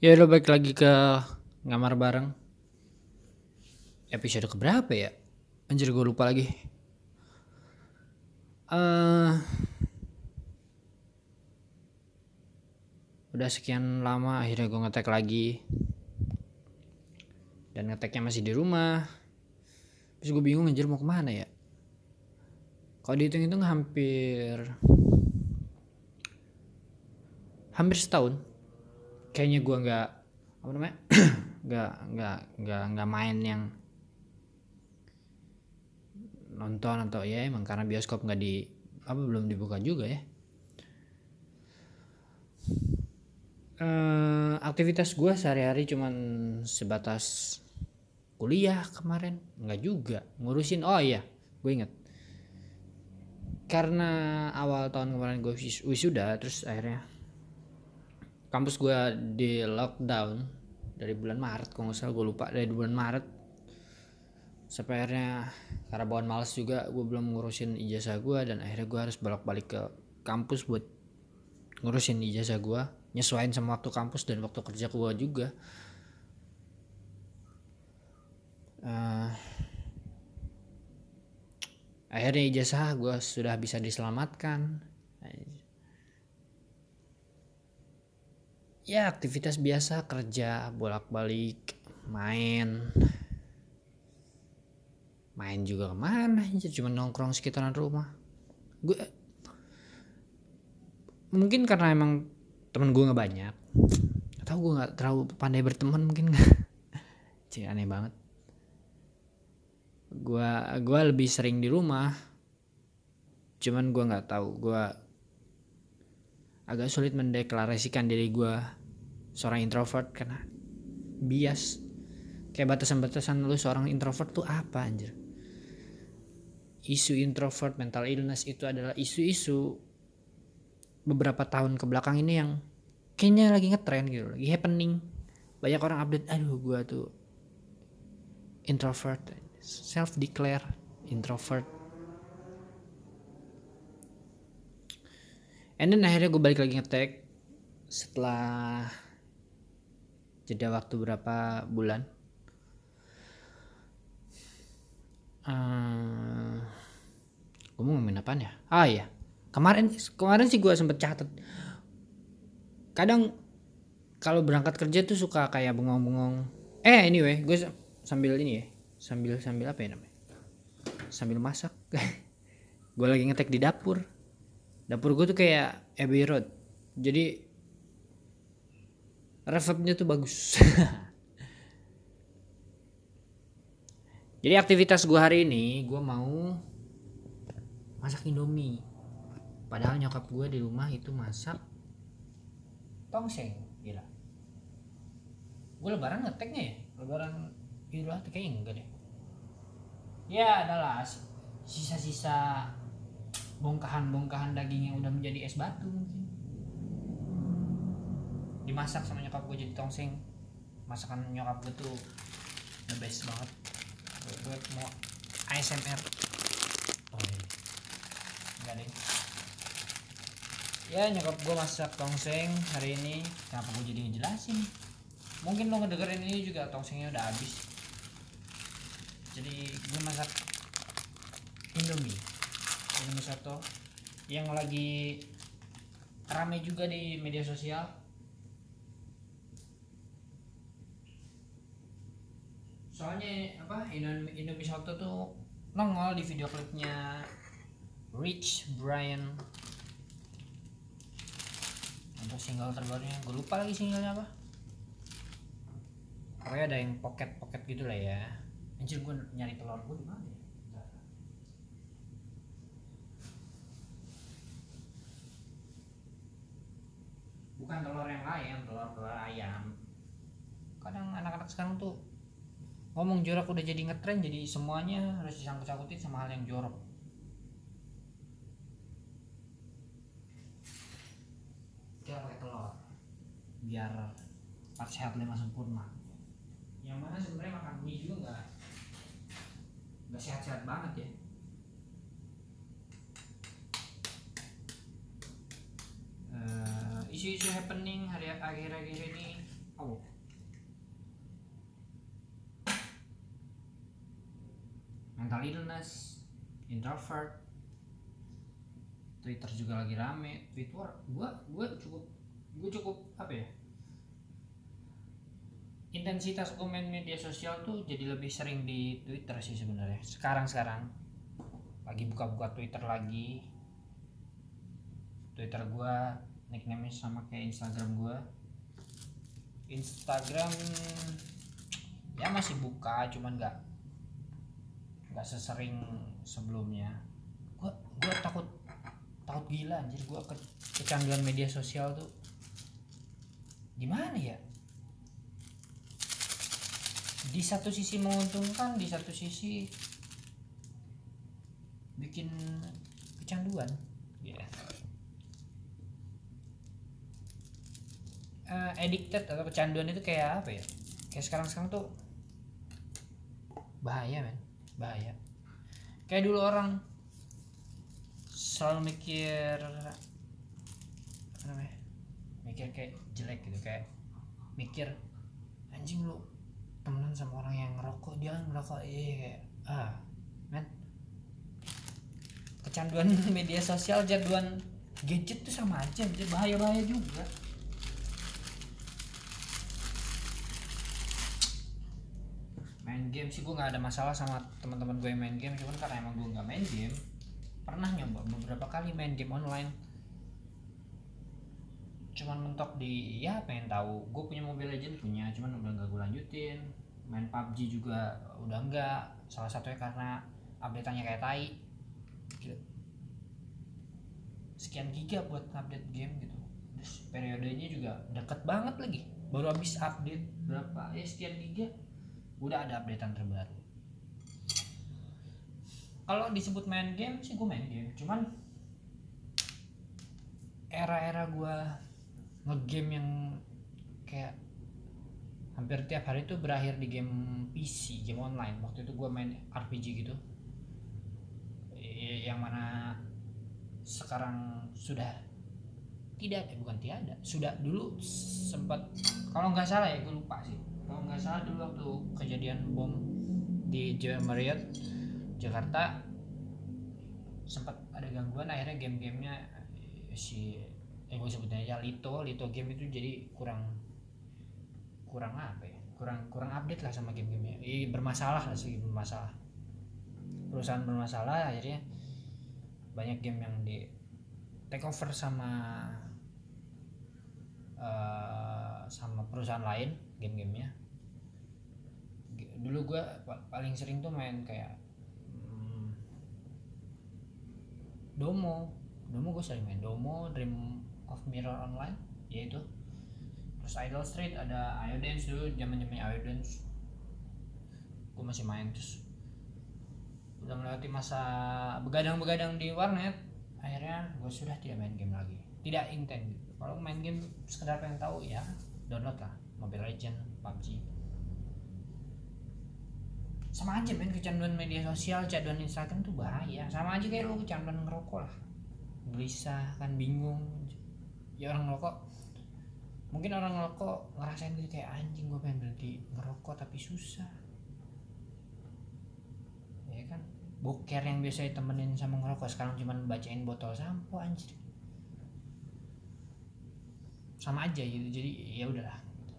Ya udah balik lagi ke ngamar bareng. Episode keberapa ya? Anjir gue lupa lagi. Udah sekian lama akhirnya gue ngetek lagi. Dan ngeteknya masih di rumah. Terus gue bingung anjir mau kemana ya. Kalau dihitung-hitung hampir setahun. Kayaknya gue nggak apa namanya nggak main yang nonton atau ya emang karena bioskop nggak di belum dibuka juga ya. Aktivitas gue sehari-hari cuman sebatas kuliah kemarin, nggak juga ngurusin. Oh iya, gue inget karena awal tahun kemarin gue wisuda, terus akhirnya kampus gue di lockdown dari bulan Maret, kalau nggak salah gue lupa, dari bulan Maret sampai akhirnya karena bawaan males juga gue belum ngurusin ijazah gue, dan akhirnya gue harus bolak-balik ke kampus buat ngurusin ijazah gue, nyesuaiin sama waktu kampus dan waktu kerja gue juga. Akhirnya ijazah gue sudah bisa diselamatkan. Ya aktivitas biasa, kerja, bolak-balik, main juga kemana, cuma nongkrong sekitaran rumah. Gue mungkin karena emang temen gue nggak banyak, atau gue nggak terlalu pandai berteman mungkin. Cih, aneh banget. Gue lebih sering di rumah, cuman gue nggak tahu, gue agak sulit mendeklarasikan diri gue seorang introvert karena bias. Kayak batasan-batasan lu seorang introvert tuh apa anjir? Isu introvert, mental illness itu adalah isu-isu beberapa tahun ke belakang ini yang kayaknya lagi ngetren gitu, lagi happening. Banyak orang update, aduh gue tuh introvert, self declare introvert. And then akhirnya gue balik lagi ngetek setelah jeda waktu berapa bulan. Gue mau ngomongin apaan ya? Ah iya, kemarin sih gue sempet catet. Kadang kalau berangkat kerja tuh suka kayak bengong-bengong. Anyway, gue sambil ini ya, sambil apa ya namanya? Sambil masak. Gue lagi ngetek di dapur. Dapur gue tuh kayak Abbey Road. Jadi reverbnya tuh bagus. Jadi aktivitas gue hari ini, gue mau masak Indomie. Padahal nyokap gue di rumah itu masak tongseng. Gila. Gue lebaran ngeteknya ya? Lebaran Idul Adha kayaknya enggak deh. Ya adalah sisa-sisa bongkahan daging yang udah menjadi es batu mungkin. Dimasak sama nyokap gue jadi tongseng. Masakan nyokap gue tuh the best banget. Gue mau ASMR. Oh iya. Enggak deh. Ya nyokap gue masak tongseng hari ini. Kenapa gue jadi ngejelasin? Mungkin lo ngedengerin ini juga tongsengnya udah habis. Jadi gue masak Indomie soto yang lagi rame juga di media sosial. Soalnya Indomie soto tuh nongol di video klipnya Rich Brian untuk single terbarunya. Gue lupa lagi singlenya apa. Pokoknya ada yang pocket gitu lah ya. Anjir, gue nyari telur gue di mana ya? Bukan telur yang lain, telur ayam. Kadang anak-anak sekarang tuh ngomong jorok udah jadi ngetren, jadi semuanya harus disangkut-sangkutin sama hal yang jorok. Kita pakai telur biar part sehat 5 sempurna. Yang mana sebenarnya makan mie juga nggak sehat-sehat banget ya. Isu-isu happening akhir-akhir ini Oh. Mental illness, introvert. Twitter juga lagi rame. Twitter gue cukup apa ya, intensitas gue main media sosial tuh jadi lebih sering di Twitter sih sebenarnya. Sekarang lagi buka Twitter lagi. Twitter gue nickname-nya sama kayak Instagram gue. Instagram ya masih buka, cuman nggak sesering sebelumnya. Gue takut gila anjir, gue kecanduan media sosial tuh gimana ya, di satu sisi menguntungkan, di satu sisi bikin kecanduan ya. Addicted atau kecanduan itu kayak apa ya, kayak sekarang tuh bahaya men, bahaya. Kayak dulu orang selalu mikir apa namanya, mikir kayak jelek gitu, kayak mikir anjing lu temenan sama orang yang ngerokok, dia ngerokok, kayak men, kecanduan media sosial, kecanduan gadget tuh sama aja, bahaya juga. Main game sih gue nggak ada masalah sama teman-teman gue yang main game, cuman karena emang gue nggak main game. Pernah nyoba beberapa kali main game online, cuman mentok di ya pengen tahu. Gue punya Mobile Legends, punya, cuman udah nggak gue lanjutin. Main PUBG juga udah enggak, salah satunya karena update-nya kayak tai gitu. Sekian giga buat update game gitu, terus periodenya juga deket banget lagi, baru habis update berapa sekian giga udah ada updatean terbaru. Kalau disebut main game sih gue main game, cuman era gue ngegame yang kayak hampir tiap hari tuh berakhir di game PC, game online. Waktu itu gue main RPG gitu, yang mana sekarang sudah tidak ada, bukan tiada, sudah. Dulu sempat, kalau nggak salah ya, gue lupa sih, kalau nggak salah dulu waktu kejadian bom di Marriott Jakarta sempat ada gangguan, akhirnya game-gamenya gue sebutnya aja Lito game itu jadi kurang apa ya, kurang update lah sama game-gamenya. Bermasalah lah sih, perusahaan bermasalah, akhirnya banyak game yang di take over sama perusahaan lain game-gamenya. Dulu gue paling sering tuh main kayak Domo gue sering main Domo, Dream of Mirror Online yaitu, terus Idle Street, ada Iodance dulu, zaman-zamannya Iodance gue masih main. Terus udah melewati masa begadang di warnet, akhirnya gue sudah tidak main game lagi, tidak intens gitu. Kalau main game sekedar pengen tahu ya download lah Mobile Legends, PUBG. Sama aja men, kecanduan media sosial, kecanduan Instagram tuh bahaya. Sama aja kayak lu kecanduan ngerokok lah, gelisah kan, bingung ya. Orang ngerokok, mungkin orang ngerokok ngerasain gitu kayak anjing gue pengen berhenti ngerokok tapi susah ya kan. Boker yang biasa ditemenin sama ngerokok sekarang cuman bacain botol sampo, anjir. Sama aja gitu, jadi ya udahlah gitu.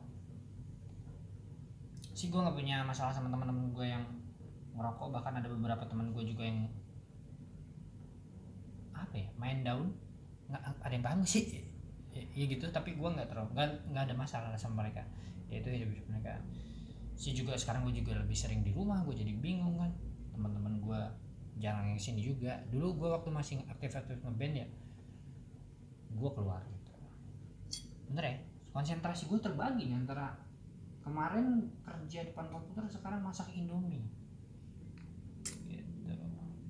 Sih gue nggak punya masalah sama teman-teman gue yang ngerokok, bahkan ada beberapa teman gue juga yang apa ya, main daun, nggak ada yang paham sih ya gitu, tapi gue nggak ada masalah sama mereka, yaitu hidup mereka. Sih juga sekarang gue juga lebih sering di rumah, gue jadi bingung kan, teman-teman gue jarang yang sini juga. Dulu gue waktu masih aktif ngeband ya, gue keluar gitu. Bener ya, konsentrasi gue terbagi antara kemarin kerja depan komputer, sekarang masak Indomie gitu.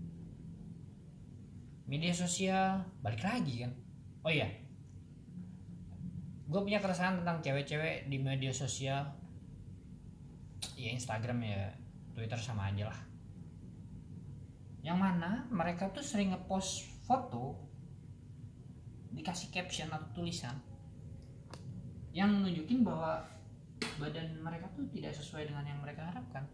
Media sosial balik lagi kan. Oh iya, gue punya keresahan tentang cewek-cewek di media sosial ya, Instagram ya Twitter sama aja lah, yang mana mereka tuh sering ngepost foto dikasih caption atau tulisan yang nunjukin bahwa badan mereka tuh tidak sesuai dengan yang mereka harapkan.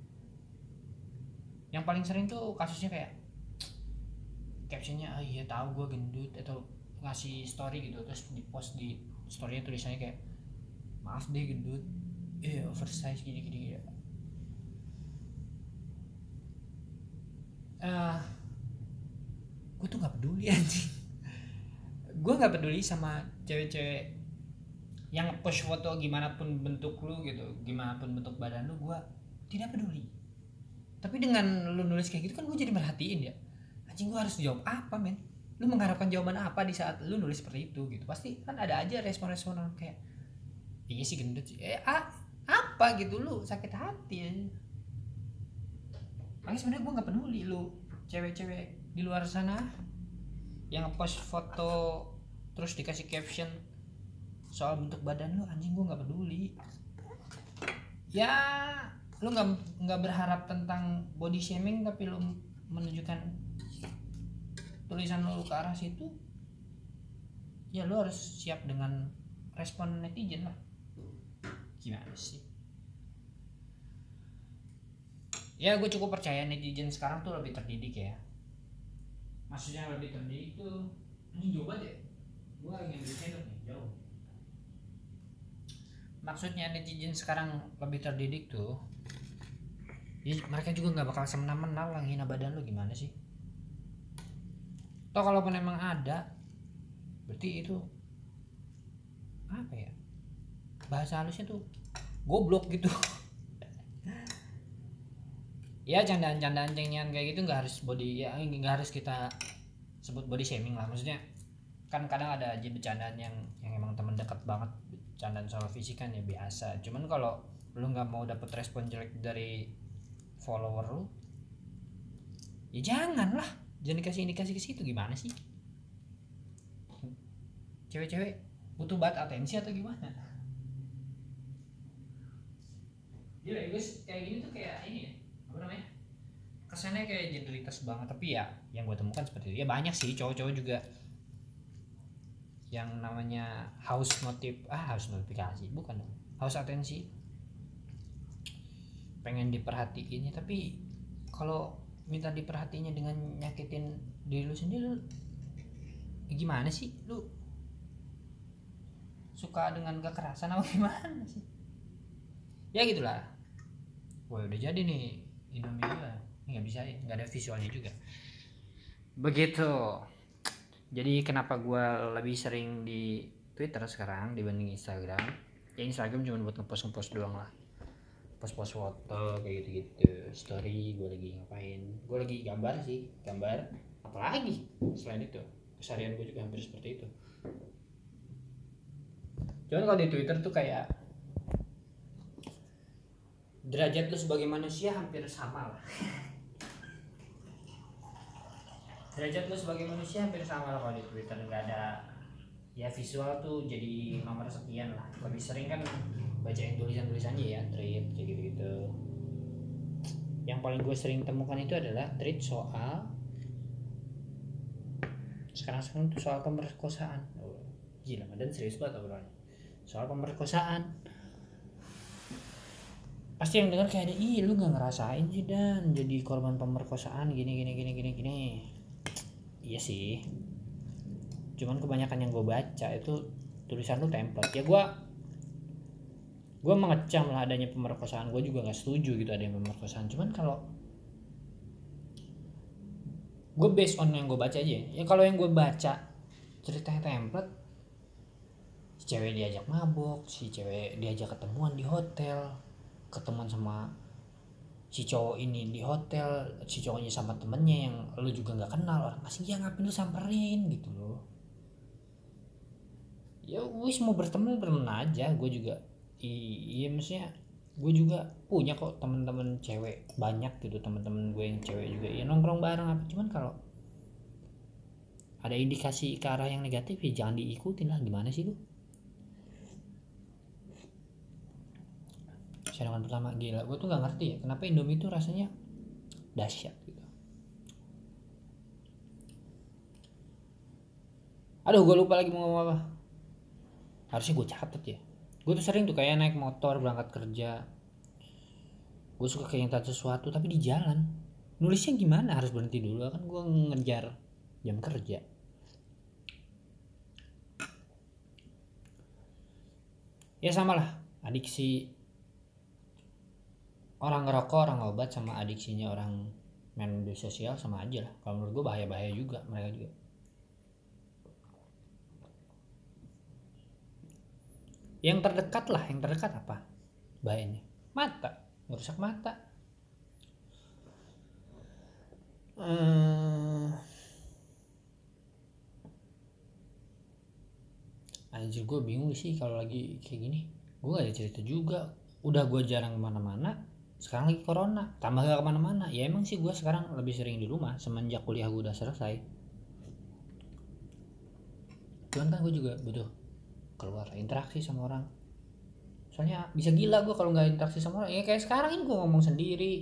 Yang paling sering tuh kasusnya kayak captionnya iya tahu gue gendut, atau ngasih story gitu terus di post di storynya tulisannya kayak maaf deh gendut, oversize gini. Gue tuh nggak peduli anjing. Gue nggak peduli sama cewek-cewek yang post foto gimana pun bentuk lu gitu, gimana pun bentuk badan lu, gue tidak peduli. Tapi dengan lu nulis kayak gitu kan gue jadi merhatiin ya, anjing gue harus jawab apa men? Lu mengharapkan jawaban apa di saat lu nulis seperti itu gitu? Pasti kan ada aja respon-respon orang kayak iya sih gendut sih, apa gitu, lu sakit hati ya. Makanya sebenarnya gue nggak peduli lu cewek-cewek di luar sana yang post foto terus dikasih caption soal bentuk badan lu, anjing gue nggak peduli. Ya lu nggak berharap tentang body shaming tapi lu menunjukkan tulisan lu ke arah situ, ya lu harus siap dengan respon netizen lah. Gimana sih? Ya gue cukup percaya netizen sekarang tuh lebih terdidik ya. Maksudnya lebih terdidik tuh, ini jauh banget ya, gue lagi ngambil sendok nih, jauh. Maksudnya netizen sekarang lebih terdidik tuh ya, mereka juga nggak bakal semena-mena lah ngina badan lu, gimana sih? Toh kalaupun emang ada, berarti itu apa ya, bahasa halusnya tuh goblok gitu. Ya candaan-candaan cengengan kayak gitu nggak harus body, ya nggak harus kita sebut body shaming lah. Maksudnya kan kadang ada aja bercandaan yang emang teman dekat banget, bercandaan soal fisik kan ya biasa. Cuman kalau lu nggak mau dapet respon jelek dari follower lu, ya jangan lah, jangan dikasih indikasi ke situ. Gimana sih, cewek-cewek butuh banget atensi atau gimana? Gila guys, kayak gini tuh kayak ini ya, apa namanya, kesannya kayak generalitas banget. Tapi ya yang gue temukan seperti itu. Ya banyak sih cowok-cowok juga yang namanya haus notifikasi, bukan dong, haus atensi, pengen diperhatiin ya. Tapi kalau minta diperhatiinnya dengan nyakitin diri lu sendiri, lu gimana sih? Lu suka dengan kekerasan apa gimana sih? Ya gitulah. Wah udah jadi nih Indomie juga, nggak bisa ya, nggak ada visualnya juga. Begitu. Jadi kenapa gue lebih sering di Twitter sekarang dibanding Instagram? Ya Instagram cuma buat ngepost doang lah, post foto kayak gitu, story gue lagi ngapain, gue lagi gambar sih, gambar apalagi selain itu. Keseharian gue juga hampir seperti itu. Cuman kalau di Twitter tuh kayak derajat lu sebagai manusia hampir sama lah. Derajat lu sebagai manusia hampir sama lah kalau di Twitter. Nggak ada ya, visual tuh jadi nomor sekian lah. Lebih sering kan bacain tulisannya ya, tweet kayak gitu. Yang paling gue sering temukan itu adalah tweet soal sekarang tuh soal pemerkosaan. Gila, dan serius banget obrolannya soal pemerkosaan. Pasti yang dengar kayak ada, lu nggak ngerasain sih dan jadi korban pemerkosaan gini. Iya sih, cuman kebanyakan yang gue baca itu tulisan lu template. Ya gue mengecam lah adanya pemerkosaan, gue juga nggak setuju gitu adanya pemerkosaan. Cuman kalau gue based on yang gue baca aja ya, kalau yang gue baca ceritanya template, si cewek diajak mabok, si cewek diajak ketemuan di hotel, ketemuan sama si cowok ini di hotel, si cowoknya sama temennya yang lu juga nggak kenal, orang asing, ya ngapain lu samperin gitu loh. Ya wis mau berteman aja. Gue juga iya, maksudnya gue juga punya kok teman-teman cewek banyak gitu, teman-teman gue yang cewek juga ya nongkrong bareng apa. Cuman kalau ada indikasi ke arah yang negatif ya jangan diikutin lah. Gimana sih lu? Serangan pertama, gila, gue tuh nggak ngerti ya kenapa Indomie itu rasanya dahsyat gitu. Aduh, gue lupa lagi mau ngomong apa. Harusnya gue catat ya. Gue tuh sering tuh kayak naik motor berangkat kerja, gue suka keingetan sesuatu tapi di jalan. Nulisnya gimana, harus berhenti dulu kan gue ngejar jam kerja. Ya sama lah, adiksi orang ngerokok, orang obat sama adiksinya orang main media sosial sama aja lah. Kalau menurut gue bahaya juga mereka juga. Yang terdekat lah, yang terdekat apa bahayanya? Mata, merusak mata. Anjir gue bingung sih kalau lagi kayak gini. Gue gak ada cerita juga. Udah gue jarang kemana-mana. Sekarang lagi corona, tambah gak kemana-mana. Ya emang sih gue sekarang lebih sering di rumah semenjak kuliah gue udah selesai. Cuman kan gue juga butuh keluar, interaksi sama orang. Soalnya bisa gila gue kalau nggak interaksi sama orang. Ya kayak sekarang ini gue ngomong sendiri.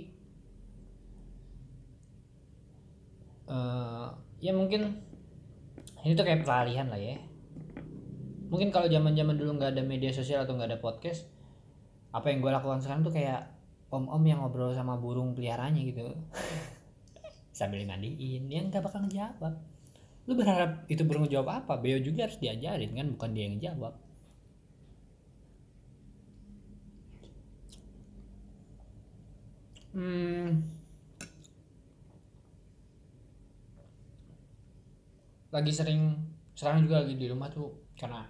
Ya mungkin ini tuh kayak pelarian lah ya. Mungkin kalau zaman-zaman dulu nggak ada media sosial atau nggak ada podcast, apa yang gue lakukan sekarang tuh kayak om-om yang ngobrol sama burung peliharaannya gitu. Sambil mandiin, dia nggak bakal ngejawab. Lu berharap itu burung jawab apa? Beo juga harus diajarin kan, bukan dia yang jawab. Lagi sering sekarang juga lagi di rumah tuh karena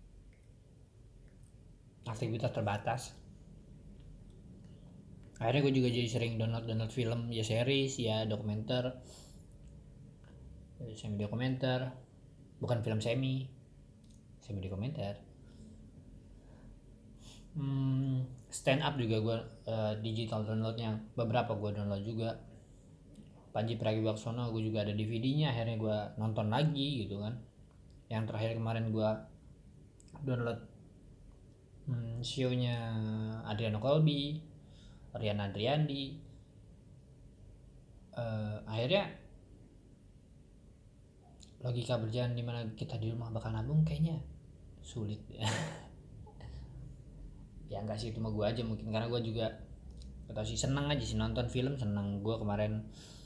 aktivitas terbatas. Akhirnya gue juga jadi sering download film, ya series, ya dokumenter, semi dokumenter, bukan film semi dokumenter. Stand up juga gue digital downloadnya beberapa gue download juga. Panji Pragiwaksono gue juga ada DVD-nya, akhirnya gue nonton lagi gitu kan. Yang terakhir kemarin gue download show-nya Adriano Colby, Rian Adriandi. Akhirnya logika berjalan dimana kita di rumah bakal nabung kayaknya sulit. Ya enggak sih, itu mah gue aja mungkin karena gue juga atau sih seneng aja sih nonton film, seneng. Gue kemarin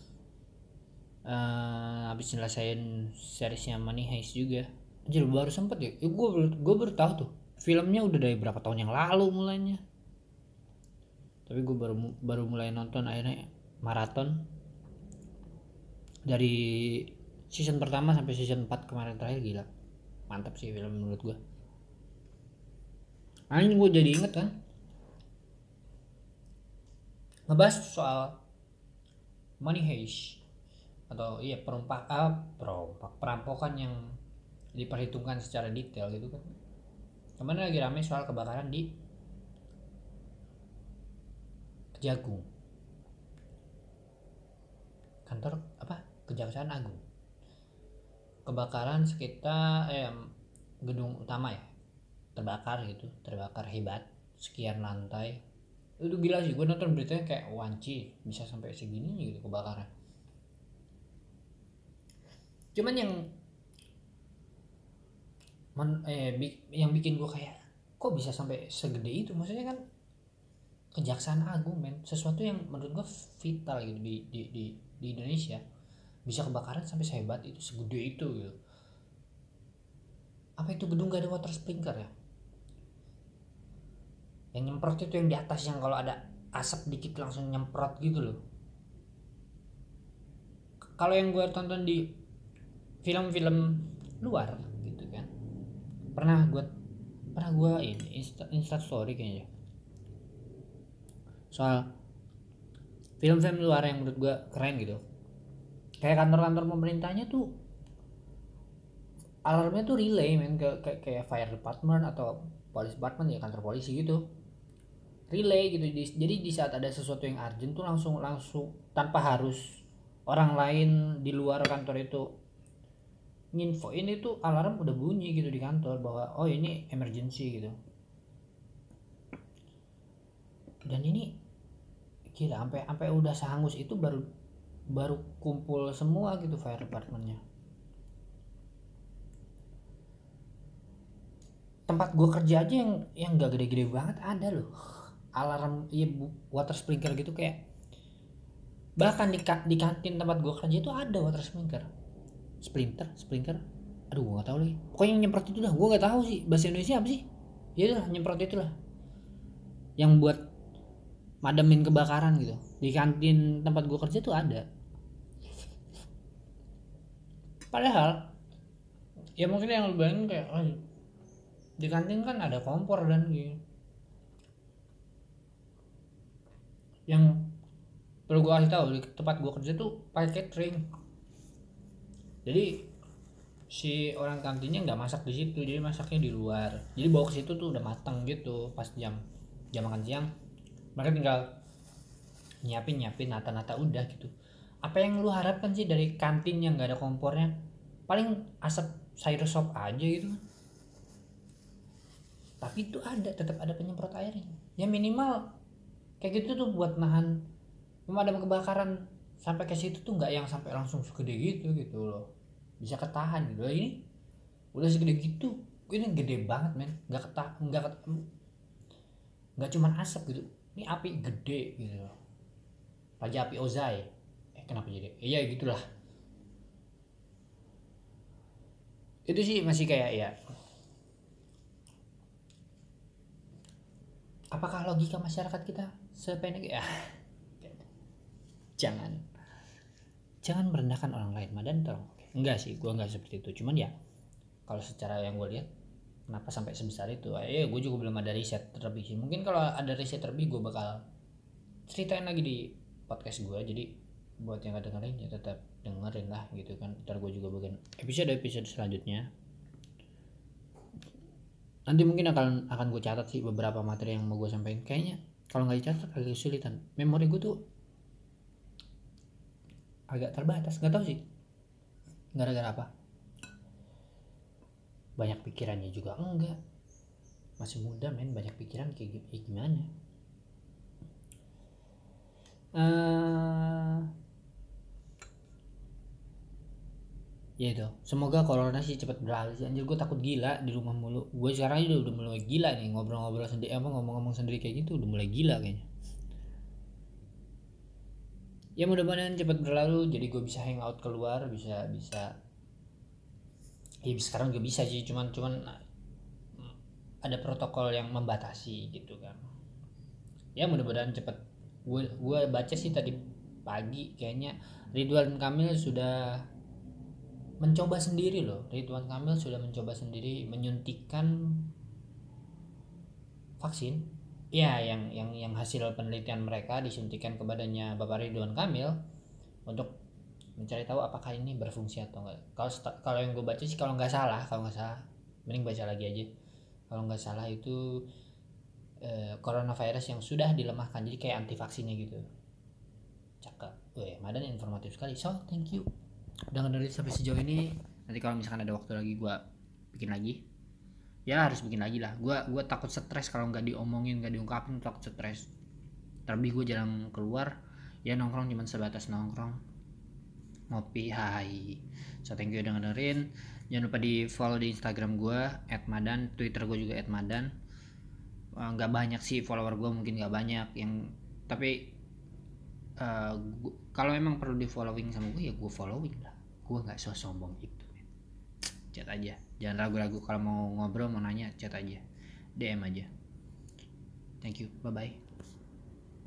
habis nyelesain seriesnya Money Heist juga. Anjir baru sempet ya, gue baru tahu tuh filmnya udah dari berapa tahun yang lalu mulainya. Tapi gue baru mulai nonton akhirnya maraton dari season pertama sampai season 4 kemarin terakhir. Gila mantap sih film menurut gue. Anjing gue jadi inget kan ngebahas soal Money Heist atau iya perampokan yang diperhitungkan secara detail gitu kan. Kemarin lagi rame soal kebakaran di Kejagung, kantor Kejaksaan Agung. Kebakaran sekitar gedung utama ya terbakar hebat, sekian lantai. Itu gila sih, gue nonton beritanya kayak wanci bisa sampai segini gitu kebakaran. Cuman yang bikin gue kayak kok bisa sampai segede itu, maksudnya kan Kejaksaan Agung men, sesuatu yang menurut gue vital gitu di Indonesia, bisa kebakaran sampai sehebat itu, segede itu gitu. Apa itu gedung gak ada water sprinkler ya? Yang nyemprot itu yang di atas, yang kalau ada asap dikit langsung nyemprot gitu loh. Kalau yang gue tonton di film-film luar gitu kan, pernah gue ini Insta story kayaknya soal film-film luar yang menurut gue keren gitu. Kayak kantor-kantor pemerintahnya tuh alarmnya tuh relay men, kayak fire department atau police department ya, kantor polisi gitu, relay gitu. Jadi di saat ada sesuatu yang urgent tuh langsung tanpa harus orang lain di luar kantor itu nginfoin, itu alarm udah bunyi gitu di kantor bahwa oh ini emergency gitu. Dan ini gila sampai udah sehangus itu baru kumpul semua gitu fire departmentnya. tempat gue kerja aja yang nggak gede-gede banget ada loh alarm ya water sprinkler gitu, kayak bahkan di kantin tempat gue kerja itu ada water sprinkler. Aduh gue nggak tahu lagi, pokoknya yang nyemprot itu dah, gue nggak tahu sih bahasa Indonesia apa sih. Ya udah nyemprot itulah yang buat mademin kebakaran gitu. Di kantin tempat gue kerja tuh ada. Padahal ya mungkin yang lu bayangin kayak di kantin kan ada kompor dan gitu. Yang perlu gue kasih tahu, di tempat gue kerja tuh pakai catering. Jadi si orang kantinnya nggak masak di situ, jadi masaknya di luar. Jadi bawa ke situ tuh udah matang gitu. Pas jam makan siang mereka tinggal nyiapin nata udah gitu. Apa yang lu harapkan sih dari kantin yang nggak ada kompornya? Paling asap sayur sop aja gitu. Tapi itu ada, tetap ada penyemprot airnya. Ya minimal kayak gitu tuh buat nahan pemadam kebakaran sampai ke situ tuh, nggak yang sampai langsung segede gitu loh, bisa ketahan gitu loh. Ini udah segede gitu, ini gede banget men, nggak cuman asap gitu, ini api gede gitu loh, Raja Api Ozai. Kenapa jadi iya gitulah. Itu sih masih kayak ya, apakah logika masyarakat kita sependek ya? jangan merendahkan orang lain, Madan tolong. Enggak sih, gue nggak seperti itu, cuman ya kalau secara yang gue lihat kenapa sampai sebesar itu, gue juga belum ada riset terlebih sih. Mungkin kalau ada riset terlebih gue bakal ceritain lagi di podcast gue. Jadi buat yang gak dengerin ya tetap dengerin lah gitu kan, ntar gue juga bikin episode selanjutnya. Nanti mungkin akan gue catat sih beberapa materi yang mau gue sampaikan. Kayaknya kalau nggak dicatat agak kesulitan, memori gue tuh agak terbatas, nggak tahu sih gara-gara apa. Banyak pikirannya juga enggak, masih muda men, banyak pikiran kayak gimana. Ya itu, semoga corona sih cepat berlalu sih. Anjir gue takut gila di rumah mulu. Gue sekarang udah mulai gila nih, ngobrol-ngobrol sendiri, ngomong-ngomong sendiri kayak gitu udah mulai gila kayaknya. Ya mudah-mudahan cepat berlalu, jadi gue bisa hangout keluar, bisa ya sekarang juga bisa sih, cuman ada protokol yang membatasi gitu kan. Ya mudah-mudahan cepet. Gue baca sih tadi pagi kayaknya Ridwan Kamil sudah mencoba sendiri loh. Ridwan Kamil sudah mencoba sendiri menyuntikkan vaksin. Ya, yang hasil penelitian mereka disuntikan kepadanya Bapak Ridwan Kamil untuk mencari tahu apakah ini berfungsi atau enggak. Kalau yang gue baca sih, kalau nggak salah, mending baca lagi aja. Kalau nggak salah itu coronavirus yang sudah dilemahkan, jadi kayak anti vaksinnya gitu. Cakep. Madan informatif sekali. So thank you udah ngedengerin sampai sejauh ini. Nanti kalau misalkan ada waktu lagi gue bikin lagi. Ya harus bikin lagi lah. Gue takut stres kalau nggak diomongin, nggak diungkapin, takut stres. Terlebih gue jarang keluar. Ya nongkrong cuman sebatas nongkrong, ngopi, hai. So thank you udah ngedengerin. Jangan lupa di follow di Instagram gue @madan, Twitter gue juga @madan. Nggak banyak sih follower gue, mungkin nggak banyak yang, tapi kalau emang perlu di following sama gue ya gue following lah. Gue nggak sombong itu. Chat aja, jangan ragu-ragu kalau mau ngobrol, mau nanya, chat aja, DM aja. Thank you, bye bye.